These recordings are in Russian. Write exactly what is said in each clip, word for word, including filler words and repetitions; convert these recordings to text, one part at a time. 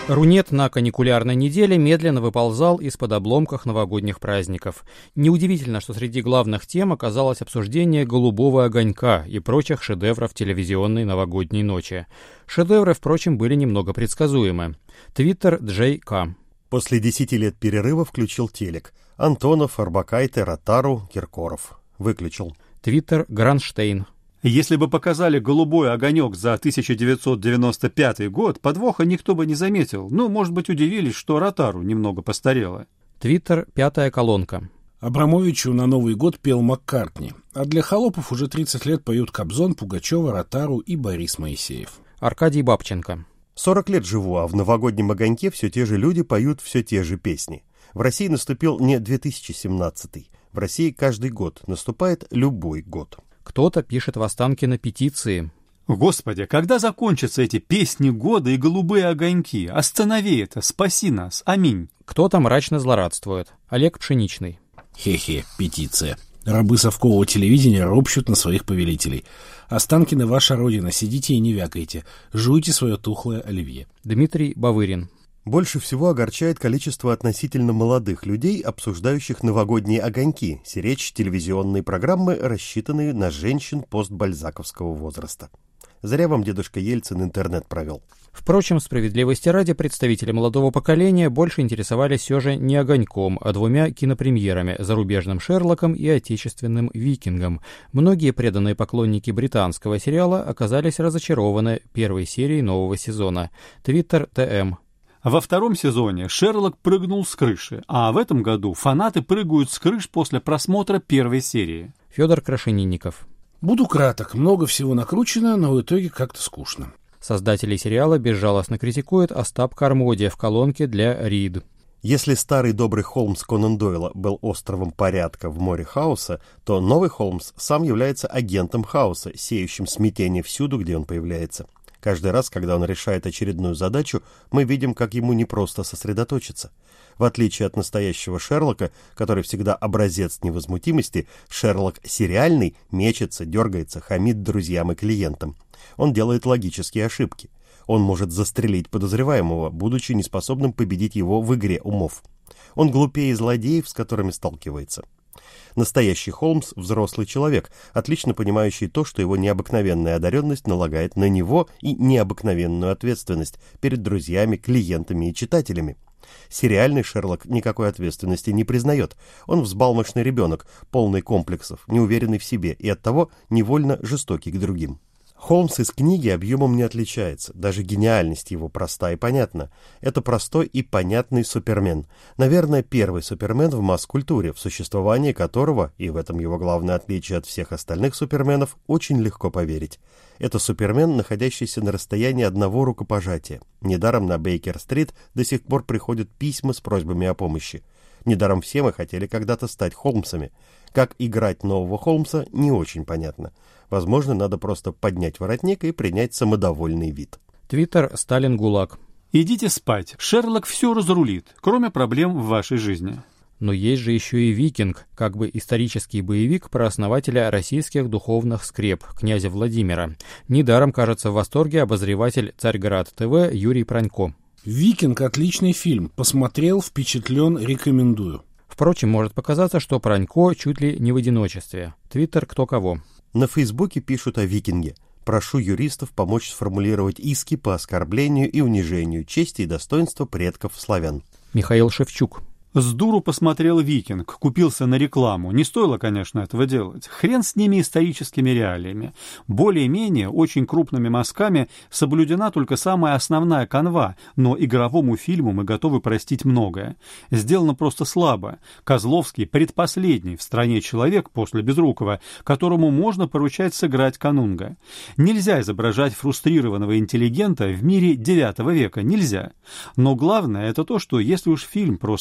Рунет на каникулярной неделе медленно выползал из-под обломков новогодних праздников. Неудивительно, что среди главных тем оказалось обсуждение «Голубого огонька» и прочих шедевров телевизионной новогодней ночи. Шедевры, впрочем, были немного предсказуемы. Твиттер Джей К. После десяти лет перерыва включил телек. Антонов, Орбакайте, Ротару, Киркоров. Выключил. Твиттер Гранштейн. Если бы показали «Голубой огонек» за тысяча девятьсот девяносто пятый год, подвоха никто бы не заметил. Ну, может быть, удивились, что Ротару немного постарела. Твиттер «Пятая колонка». Абрамовичу на Новый год пел Маккартни, а для холопов уже тридцать лет поют Кобзон, Пугачева, Ротару и Борис Моисеев. Аркадий Бабченко. сорок лет живу, а в новогоднем огоньке все те же люди поют все те же песни. В России наступил не две тысячи семнадцатый. В России каждый год наступает любой год. Кто-то пишет в Останкино петиции. Господи, когда закончатся эти песни года и голубые огоньки? Останови это, спаси нас, аминь. Кто-то мрачно злорадствует. Олег Пшеничный. Хе-хе, петиция. Рабы совкового телевидения ропщут на своих повелителей. Останкино ваша родина, сидите и не вякайте. Жуйте свое тухлое оливье. Дмитрий Бавырин. Больше всего огорчает количество относительно молодых людей, обсуждающих новогодние огоньки, сиречь телевизионные программы, рассчитанные на женщин постбальзаковского возраста. Зря вам дедушка Ельцин интернет провел. Впрочем, справедливости ради, представители молодого поколения больше интересовались все же не огоньком, а двумя кинопремьерами – зарубежным «Шерлоком» и отечественным «Викингом». Многие преданные поклонники британского сериала оказались разочарованы первой серией нового сезона. Твиттер ТМ. Во втором сезоне Шерлок прыгнул с крыши, а в этом году фанаты прыгают с крыш после просмотра первой серии. Федор Крашенинников. Буду краток, много всего накручено, но в итоге как-то скучно. Создателей сериала безжалостно критикует Остап Кармоди в колонке для Рид. Если старый добрый Холмс Конан Дойла был островом порядка в море хаоса, то новый Холмс сам является агентом хаоса, сеющим смятение всюду, где он появляется. Каждый раз, когда он решает очередную задачу, мы видим, как ему непросто сосредоточиться. В отличие от настоящего Шерлока, который всегда образец невозмутимости, Шерлок сериальный мечется, дергается, хамит друзьям и клиентам. Он делает логические ошибки. Он может застрелить подозреваемого, будучи неспособным победить его в игре умов. Он глупее злодеев, с которыми сталкивается. Настоящий Холмс – взрослый человек, отлично понимающий то, что его необыкновенная одаренность налагает на него и необыкновенную ответственность перед друзьями, клиентами и читателями. Сериальный Шерлок никакой ответственности не признает. Он взбалмошный ребенок, полный комплексов, неуверенный в себе и оттого невольно жестокий к другим. Холмс из книги объемом не отличается, даже гениальность его проста и понятна. Это простой и понятный Супермен. Наверное, первый Супермен в масс-культуре, в существование которого, и в этом его главное отличие от всех остальных Суперменов, очень легко поверить. Это Супермен, находящийся на расстоянии одного рукопожатия. Недаром на Бейкер-стрит до сих пор приходят письма с просьбами о помощи. Недаром все мы хотели когда-то стать Холмсами. Как играть нового Холмса, не очень понятно. Возможно, надо просто поднять воротник и принять самодовольный вид. Твиттер Сталин ГУЛАГ. Идите спать. Шерлок все разрулит, кроме проблем в вашей жизни. Но есть же еще и «Викинг», как бы исторический боевик про основателя российских духовных скреп, князя Владимира. Недаром, кажется, в восторге обозреватель Царьград ТВ Юрий Пронько. «Викинг» — отличный фильм. Посмотрел, впечатлен, рекомендую. Впрочем, может показаться, что Пронько чуть ли не в одиночестве. Твиттер кто кого. На Фейсбуке пишут о «Викинге». Прошу юристов помочь сформулировать иски по оскорблению и унижению чести и достоинства предков славян. Михаил Шевчук. С дуру посмотрел «Викинг», купился на рекламу. Не стоило, конечно, этого делать. Хрен с ними историческими реалиями. Более-менее, очень крупными мазками соблюдена только самая основная канва, но игровому фильму мы готовы простить многое. Сделано просто слабо. Козловский предпоследний в стране человек после Безрукова, которому можно поручать сыграть канунга. Нельзя изображать фрустрированного интеллигента в мире девятого века, нельзя. Но главное это то, что если уж фильм про священную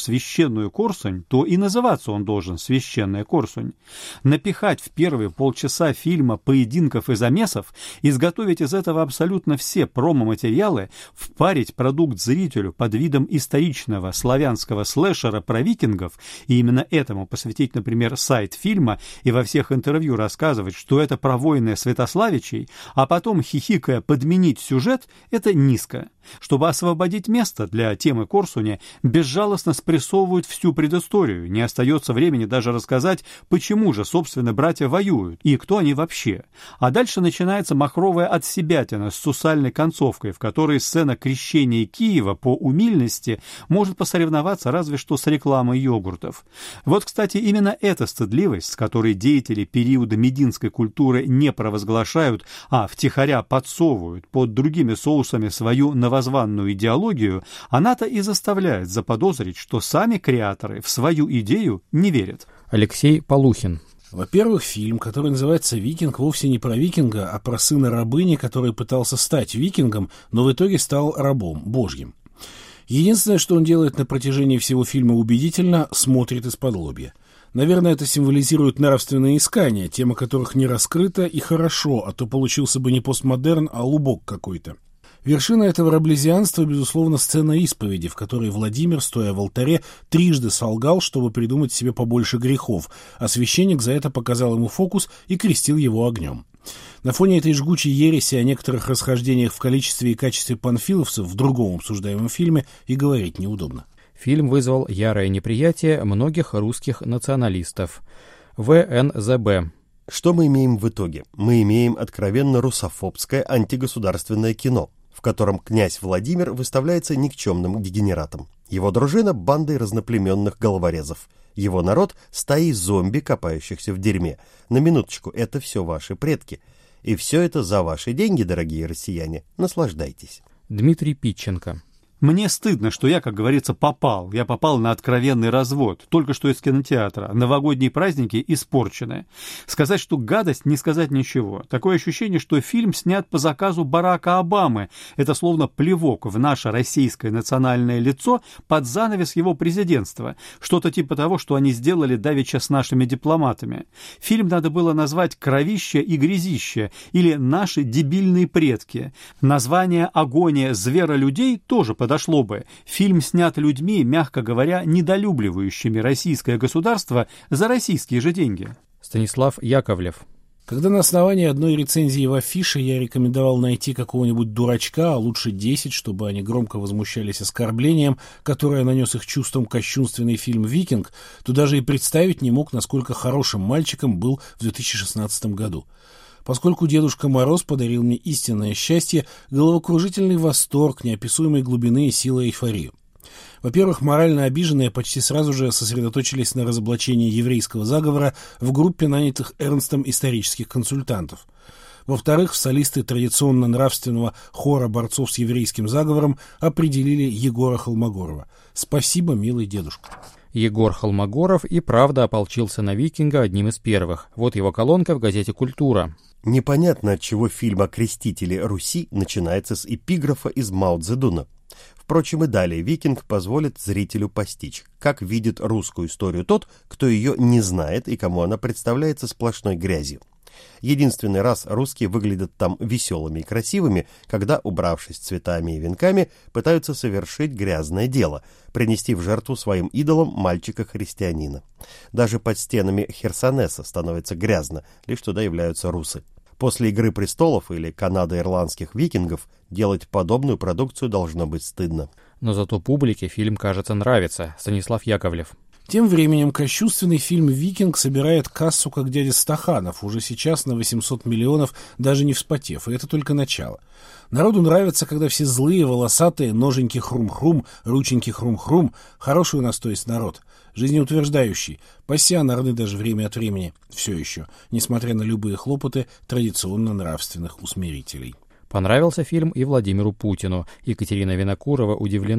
священную корсунь, то и называться он должен «Священная корсунь». Напихать в первые полчаса фильма поединков и замесов, изготовить из этого абсолютно все промо-материалы, впарить продукт зрителю под видом историчного славянского слэшера про викингов, и именно этому посвятить, например, сайт фильма и во всех интервью рассказывать, что это про войны Святославичей, а потом, хихикая, подменить сюжет – это низко. Чтобы освободить место для темы Корсуня, безжалостно спрессовывают всю предысторию, не остается времени даже рассказать, почему же, собственно, братья воюют и кто они вообще. А дальше начинается махровая отсебятина с сусальной концовкой, в которой сцена крещения Киева по умильности может посоревноваться разве что с рекламой йогуртов. Вот, кстати, именно эта стыдливость, с которой деятели периода мединской культуры не провозглашают, а втихаря подсовывают под другими соусами свою новозванную идеологию, она-то и заставляет заподозрить, что сами креаторы в свою идею не верят. Алексей Полухин. Во-первых, фильм, который называется «Викинг», вовсе не про викинга, а про сына рабыни, который пытался стать викингом, но в итоге стал рабом божьим. Единственное, что он делает на протяжении всего фильма убедительно, смотрит из-под лобья. Наверное, это символизирует нравственные искания, тема которых не раскрыта, и хорошо, а то получился бы не постмодерн, а лубок какой-то. Вершина этого раблезианства, безусловно, сцена исповеди, в которой Владимир, стоя в алтаре, трижды солгал, чтобы придумать себе побольше грехов, а священник за это показал ему фокус и крестил его огнем. На фоне этой жгучей ереси о некоторых расхождениях в количестве и качестве панфиловцев в другом обсуждаемом фильме и говорить неудобно. Фильм вызвал ярое неприятие многих русских националистов. вэ эн зэ бэ. Что мы имеем в итоге? Мы имеем откровенно русофобское антигосударственное кино, в котором князь Владимир выставляется никчемным дегенератом. Его дружина – бандой разноплеменных головорезов. Его народ – стаей зомби, копающихся в дерьме. На минуточку, это все ваши предки. И все это за ваши деньги, дорогие россияне. Наслаждайтесь. Дмитрий Питченко. Мне стыдно, что я, как говорится, попал. Я попал на откровенный развод. Только что из кинотеатра. Новогодние праздники испорчены. Сказать, что гадость, не сказать ничего. Такое ощущение, что фильм снят по заказу Барака Обамы. Это словно плевок в наше российское национальное лицо под занавес его президентства. Что-то типа того, что они сделали давеча с нашими дипломатами. Фильм надо было назвать «Кровище и грязище» или «Наши дебильные предки». Название «Агония зверолюдей» тоже подошло. Подошло бы. Фильм снят людьми, мягко говоря, недолюбливающими российское государство за российские же деньги. Станислав Яковлев. Когда на основании одной рецензии в афише я рекомендовал найти какого-нибудь дурачка, а лучше десять, чтобы они громко возмущались оскорблением, которое нанес их чувствам кощунственный фильм «Викинг», то даже и представить не мог, насколько хорошим мальчиком был в две тысячи шестнадцатом году. Поскольку Дедушка Мороз подарил мне истинное счастье, головокружительный восторг, неописуемой глубины и силы эйфорию. Во-первых, морально обиженные почти сразу же сосредоточились на разоблачении еврейского заговора в группе нанятых Эрнстом исторических консультантов. Во-вторых, в солисты традиционно нравственного хора борцов с еврейским заговором определили Егора Холмогорова. Спасибо, милый дедушка. Егор Холмогоров и правда ополчился на викинга одним из первых. Вот его колонка в газете «Культура». Непонятно, отчего фильм о крестителе Руси начинается с эпиграфа из Мао Цзэдуна. Впрочем, и далее «Викинг» позволит зрителю постичь, как видит русскую историю тот, кто ее не знает и кому она представляется сплошной грязью. Единственный раз русские выглядят там веселыми и красивыми, когда, убравшись цветами и венками, пытаются совершить грязное дело – принести в жертву своим идолам мальчика-христианина. Даже под стенами Херсонеса становится грязно, лишь туда являются русы. После «Игры престолов» или «Канадо-ирландских викингов» делать подобную продукцию должно быть стыдно. Но зато публике фильм, кажется, нравится. Станислав Яковлев. Тем временем кощунственный фильм «Викинг» собирает кассу, как дядя Стаханов, уже сейчас на восемьсот миллионов, даже не вспотев, и это только начало. Народу нравится, когда все злые, волосатые, ноженьки хрум-хрум, рученьки хрум-хрум, хороший у нас, то есть, народ, жизнеутверждающий, пассионарный даже время от времени, все еще, несмотря на любые хлопоты традиционно нравственных усмирителей. Понравился фильм и Владимиру Путину. Екатерина Винокурова удивлена.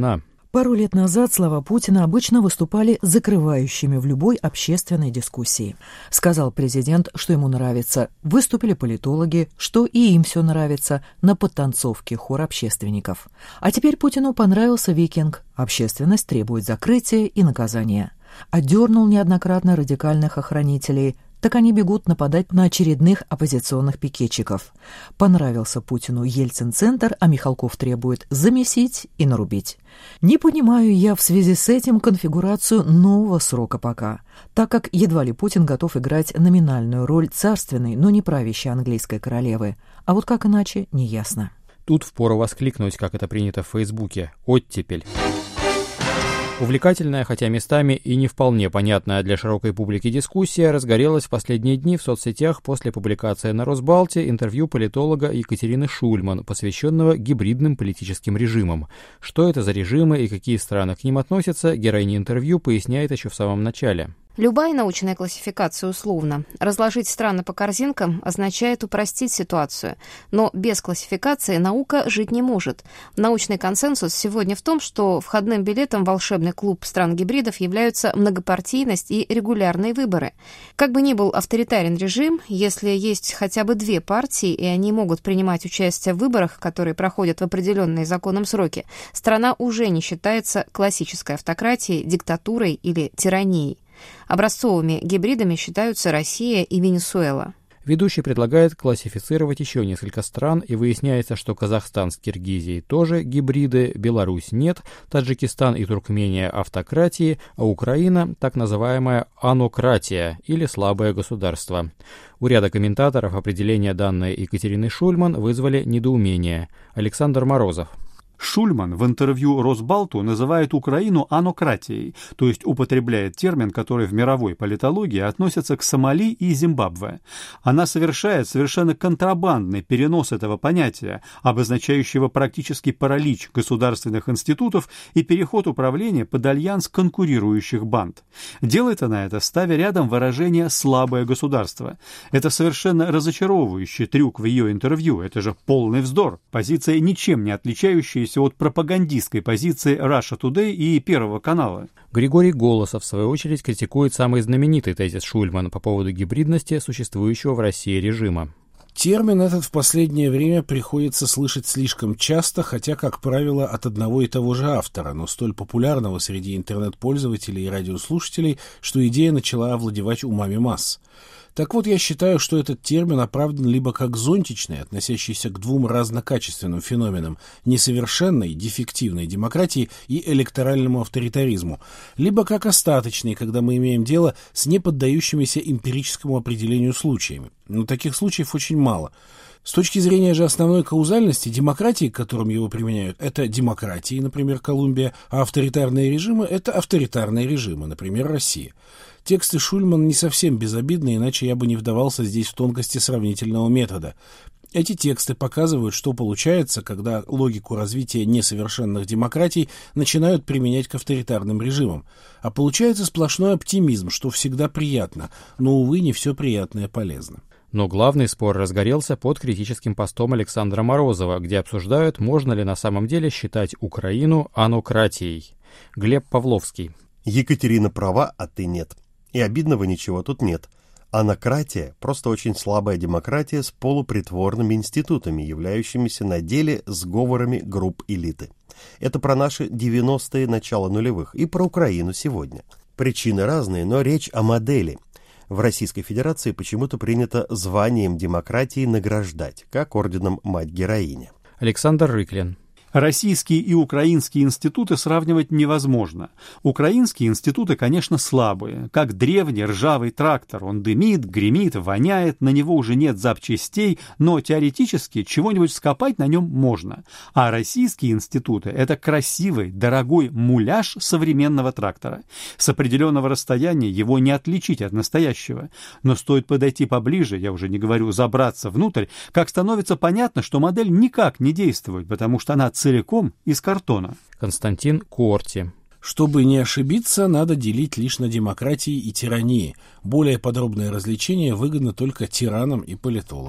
Пару лет назад слова Путина обычно выступали закрывающими в любой общественной дискуссии. Сказал президент, что ему нравится. Выступили политологи, что и им все нравится, на подтанцовке хор общественников. А теперь Путину понравился «Викинг». Общественность требует закрытия и наказания. Одернул неоднократно радикальных охранителей, так они бегут нападать на очередных оппозиционных пикетчиков. Понравился Путину Ельцин-центр, а Михалков требует замесить и нарубить. Не понимаю я в связи с этим конфигурацию нового срока пока, так как едва ли Путин готов играть номинальную роль царственной, но не правящей английской королевы. А вот как иначе, неясно. Тут впору воскликнуть, как это принято в Фейсбуке, «оттепель». Увлекательная, хотя местами и не вполне понятная для широкой публики дискуссия разгорелась в последние дни в соцсетях после публикации на Росбалте интервью политолога Екатерины Шульман, посвященного гибридным политическим режимам. Что это за режимы и какие страны к ним относятся, героиня интервью поясняет еще в самом начале. Любая научная классификация условна. Разложить страны по корзинкам означает упростить ситуацию. Но без классификации наука жить не может. Научный консенсус сегодня в том, что входным билетом в волшебный клуб стран-гибридов являются многопартийность и регулярные выборы. Как бы ни был авторитарен режим, если есть хотя бы две партии, и они могут принимать участие в выборах, которые проходят в определенные законом сроки, страна уже не считается классической автократией, диктатурой или тиранией. Образцовыми гибридами считаются Россия и Венесуэла. Ведущий предлагает классифицировать еще несколько стран, и выясняется, что Казахстан с Киргизией тоже гибриды, Беларусь нет, Таджикистан и Туркмения автократии, а Украина так называемая анократия или слабое государство. У ряда комментаторов определения, данные Екатерины Шульман, вызвали недоумение. Александр Морозов. Шульман в интервью Росбалту называет Украину анократией, то есть употребляет термин, который в мировой политологии относится к Сомали и Зимбабве. Она совершает совершенно контрабандный перенос этого понятия, обозначающего практически паралич государственных институтов и переход управления под альянс конкурирующих банд. Делает она это, ставя рядом выражение «слабое государство». Это совершенно разочаровывающий трюк в ее интервью, это же полный вздор, позиция ничем не отличающаяся от пропагандистской позиции Russia Today и Первого канала. Григорий Голосов, в свою очередь, критикует самый знаменитый тезис Шульман по поводу гибридности существующего в России режима. Термин этот в последнее время приходится слышать слишком часто, хотя, как правило, от одного и того же автора, но столь популярного среди интернет-пользователей и радиослушателей, что идея начала овладевать умами масс. Так вот, я считаю, что этот термин оправдан либо как зонтичный, относящийся к двум разнокачественным феноменам – несовершенной, дефективной демократии и электоральному авторитаризму, либо как остаточный, когда мы имеем дело с неподдающимися эмпирическому определению случаями. Но таких случаев очень мало. С точки зрения же основной каузальности, демократии, к которым его применяют, это демократии, например, Колумбия, а авторитарные режимы – это авторитарные режимы, например, Россия. Тексты Шульман не совсем безобидны, иначе я бы не вдавался здесь в тонкости сравнительного метода. Эти тексты показывают, что получается, когда логику развития несовершенных демократий начинают применять к авторитарным режимам. А получается сплошной оптимизм, что всегда приятно, но, увы, не все приятное полезно. Но главный спор разгорелся под критическим постом Александра Морозова, где обсуждают, можно ли на самом деле считать Украину анократией. Глеб Павловский. Екатерина права, а ты нет. И обидного ничего тут нет. Анократия – просто очень слабая демократия с полупритворными институтами, являющимися на деле сговорами групп элиты. Это про наши девяностые, начало нулевых, и про Украину сегодня. Причины разные, но речь о модели. В Российской Федерации почему-то принято званием демократии награждать, как орденом Мать-Героиня. Александр Рыклин. Российские и украинские институты сравнивать невозможно. Украинские институты, конечно, слабые, как древний ржавый трактор. Он дымит, гремит, воняет, на него уже нет запчастей, но теоретически чего-нибудь скопать на нем можно. А российские институты – это красивый, дорогой муляж современного трактора. С определенного расстояния его не отличить от настоящего. Но стоит подойти поближе, я уже не говорю забраться внутрь, как становится понятно, что модель никак не действует, потому что она целиком из картона. Константин Корти. Чтобы не ошибиться, надо делить лишь на демократии и тирании. Более подробное развлечение выгодно только тиранам и политологам.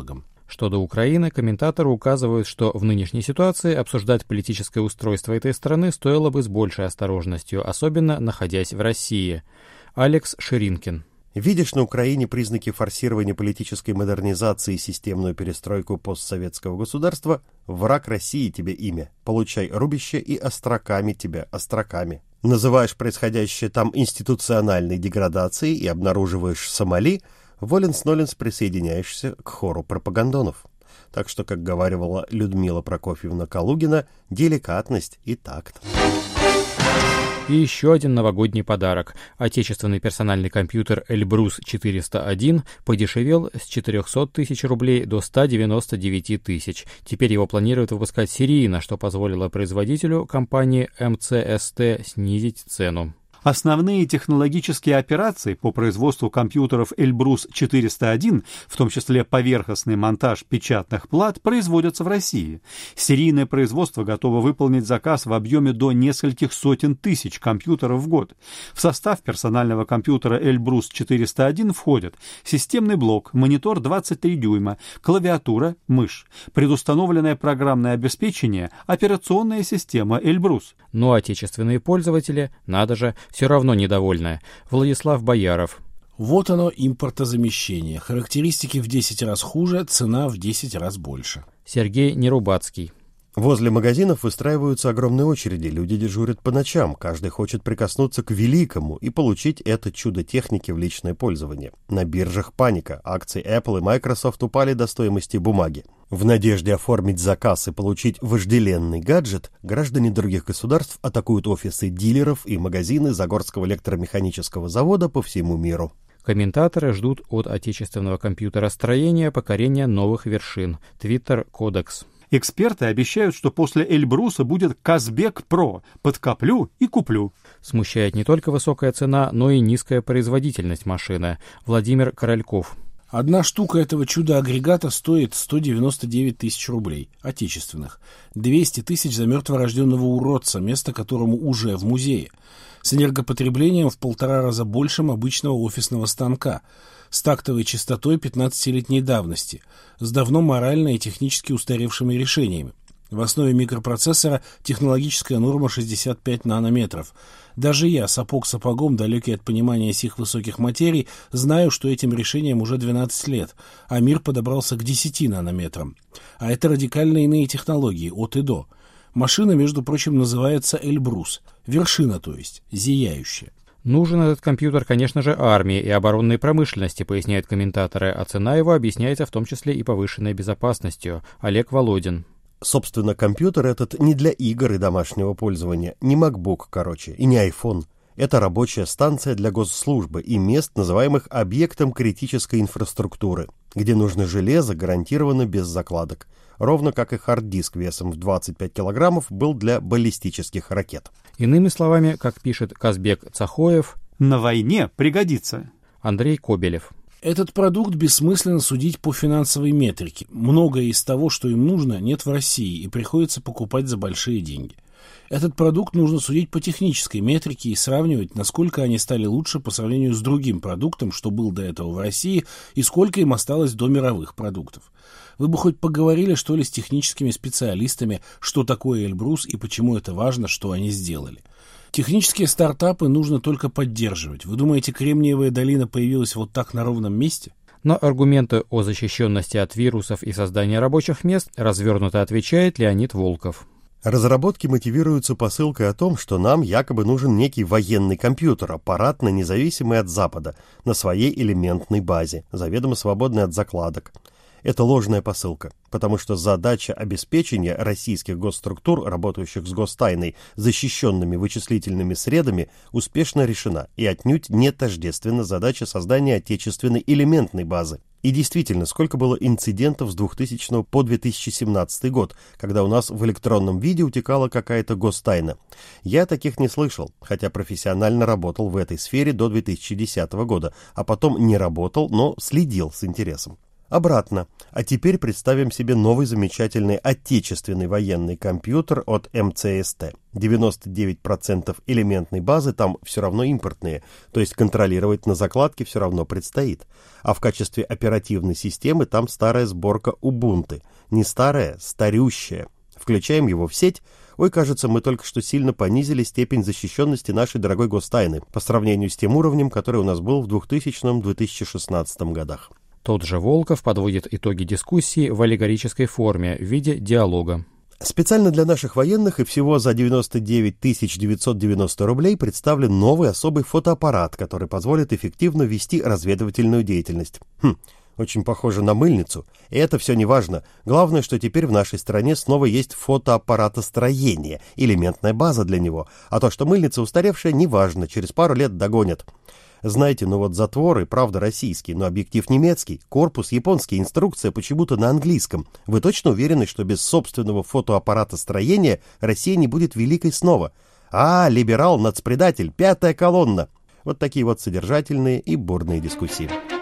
Что до Украины, комментаторы указывают, что в нынешней ситуации обсуждать политическое устройство этой страны стоило бы с большей осторожностью, особенно находясь в России. Алекс Ширинкин. Видишь на Украине признаки форсирования политической модернизации и системную перестройку постсоветского государства? Враг России тебе имя. Получай рубище и остроками тебя, остроками. Называешь происходящее там институциональной деградацией и обнаруживаешь Сомали, воленс-ноленс присоединяешься к хору пропагандонов. Так что, как говаривала Людмила Прокофьевна Калугина, деликатность и такт. И еще один новогодний подарок. Отечественный персональный компьютер Эльбрус четыреста один подешевел с четырехсот тысяч рублей до ста девяноста девяти тысяч. Теперь его планируют выпускать серийно, что позволило производителю компании эм цэ эс тэ снизить цену. Основные технологические операции по производству компьютеров Эльбрус четыреста один, в том числе поверхностный монтаж печатных плат, производятся в России. Серийное производство готово выполнить заказ в объеме до нескольких сотен тысяч компьютеров в год. В состав персонального компьютера Эльбрус четыреста один входят системный блок, монитор двадцать три дюйма, клавиатура, мышь, предустановленное программное обеспечение, операционная система Эльбрус. Но отечественные пользователи, надо же, все равно недовольны. Владислав Бояров. Вот оно, импортозамещение. Характеристики в десять раз хуже, цена в десять раз больше. Сергей Нерубацкий. Возле магазинов выстраиваются огромные очереди, люди дежурят по ночам, каждый хочет прикоснуться к великому и получить это чудо техники в личное пользование. На биржах паника, акции Apple и Microsoft упали до стоимости бумаги. В надежде оформить заказ и получить вожделенный гаджет, граждане других государств атакуют офисы дилеров и магазины Загорского электромеханического завода по всему миру. Комментаторы ждут от отечественного компьютеростроения покорения новых вершин. Twitter Codex. Эксперты обещают, что после Эльбруса будет Казбек Про. Подкоплю и куплю. Смущает не только высокая цена, но и низкая производительность машины. Владимир Корольков. Одна штука этого чудо-агрегата стоит сто девяносто девять тысяч рублей, отечественных. двести тысяч за мертворожденного уродца, место которому уже в музее. С энергопотреблением в полтора раза большим обычного офисного станка. С тактовой частотой пятнадцатилетней давности. С давно морально и технически устаревшими решениями. В основе микропроцессора технологическая норма шестьдесят пять нанометров. Даже я, сапог сапогом, далекий от понимания сих высоких материй, знаю, что этим решением уже двенадцать лет, а мир подобрался к десяти нанометрам. А это радикально иные технологии, от и до. Машина, между прочим, называется Эльбрус. Вершина, то есть, зияющая. Нужен этот компьютер, конечно же, армии и оборонной промышленности, поясняют комментаторы, а цена его объясняется в том числе и повышенной безопасностью. Олег Володин. Собственно, компьютер этот не для игр и домашнего пользования, не MacBook, короче, и не iPhone. Это рабочая станция для госслужбы и мест, называемых объектом критической инфраструктуры, где нужно железо гарантированно без закладок, ровно как и хард-диск весом в двадцать пять килограммов был для баллистических ракет. Иными словами, как пишет Казбек Цахоев, на войне пригодится. Андрей Кобелев. Этот продукт бессмысленно судить по финансовой метрике. Многое из того, что им нужно, нет в России и приходится покупать за большие деньги. Этот продукт нужно судить по технической метрике и сравнивать, насколько они стали лучше по сравнению с другим продуктом, что был до этого в России, и сколько им осталось до мировых продуктов. Вы бы хоть поговорили, что ли, с техническими специалистами, что такое Эльбрус и почему это важно, что они сделали. Технические стартапы нужно только поддерживать. Вы думаете, Кремниевая долина появилась вот так на ровном месте? На аргументы о защищенности от вирусов и создании рабочих мест развернуто отвечает Леонид Волков. Разработки мотивируются посылкой о том, что нам якобы нужен некий военный компьютер, аппаратно независимый от Запада, на своей элементной базе, заведомо свободный от закладок. Это ложная посылка, потому что задача обеспечения российских госструктур, работающих с гостайной, защищенными вычислительными средами, успешно решена и отнюдь не тождественна задача создания отечественной элементной базы. И действительно, сколько было инцидентов с двухтысячного по две тысячи семнадцатый год, когда у нас в электронном виде утекала какая-то гостайна. Я таких не слышал, хотя профессионально работал в этой сфере до две тысячи десятого года, а потом не работал, но следил с интересом. Обратно. А теперь представим себе новый замечательный отечественный военный компьютер от эм цэ эс тэ. девяносто девять процентов элементной базы там все равно импортные, то есть контролировать на закладке все равно предстоит. А в качестве оперативной системы там старая сборка Ubuntu. Не старая, старющая. Включаем его в сеть. Ой, кажется, мы только что сильно понизили степень защищенности нашей дорогой гостайны по сравнению с тем уровнем, который у нас был в двухтысячном — две тысячи шестнадцатом годах. Тот же Волков подводит итоги дискуссии в аллегорической форме в виде диалога. Специально для наших военных и всего за девяносто девять тысяч девятьсот девяносто рублей представлен новый особый фотоаппарат, который позволит эффективно вести разведывательную деятельность. Хм, очень похоже на мыльницу. И это все не важно. Главное, что теперь в нашей стране снова есть фотоаппаратостроение, элементная база для него. А то, что мыльница устаревшая, не важно, через пару лет догонят. Знаете, ну вот затворы, правда, российский, но объектив немецкий, корпус японский, инструкция почему-то на английском. Вы точно уверены, что без собственного фотоаппарата строения Россия не будет великой снова? А, либерал, нацпредатель, пятая колонна. Вот такие вот содержательные и бурные дискуссии.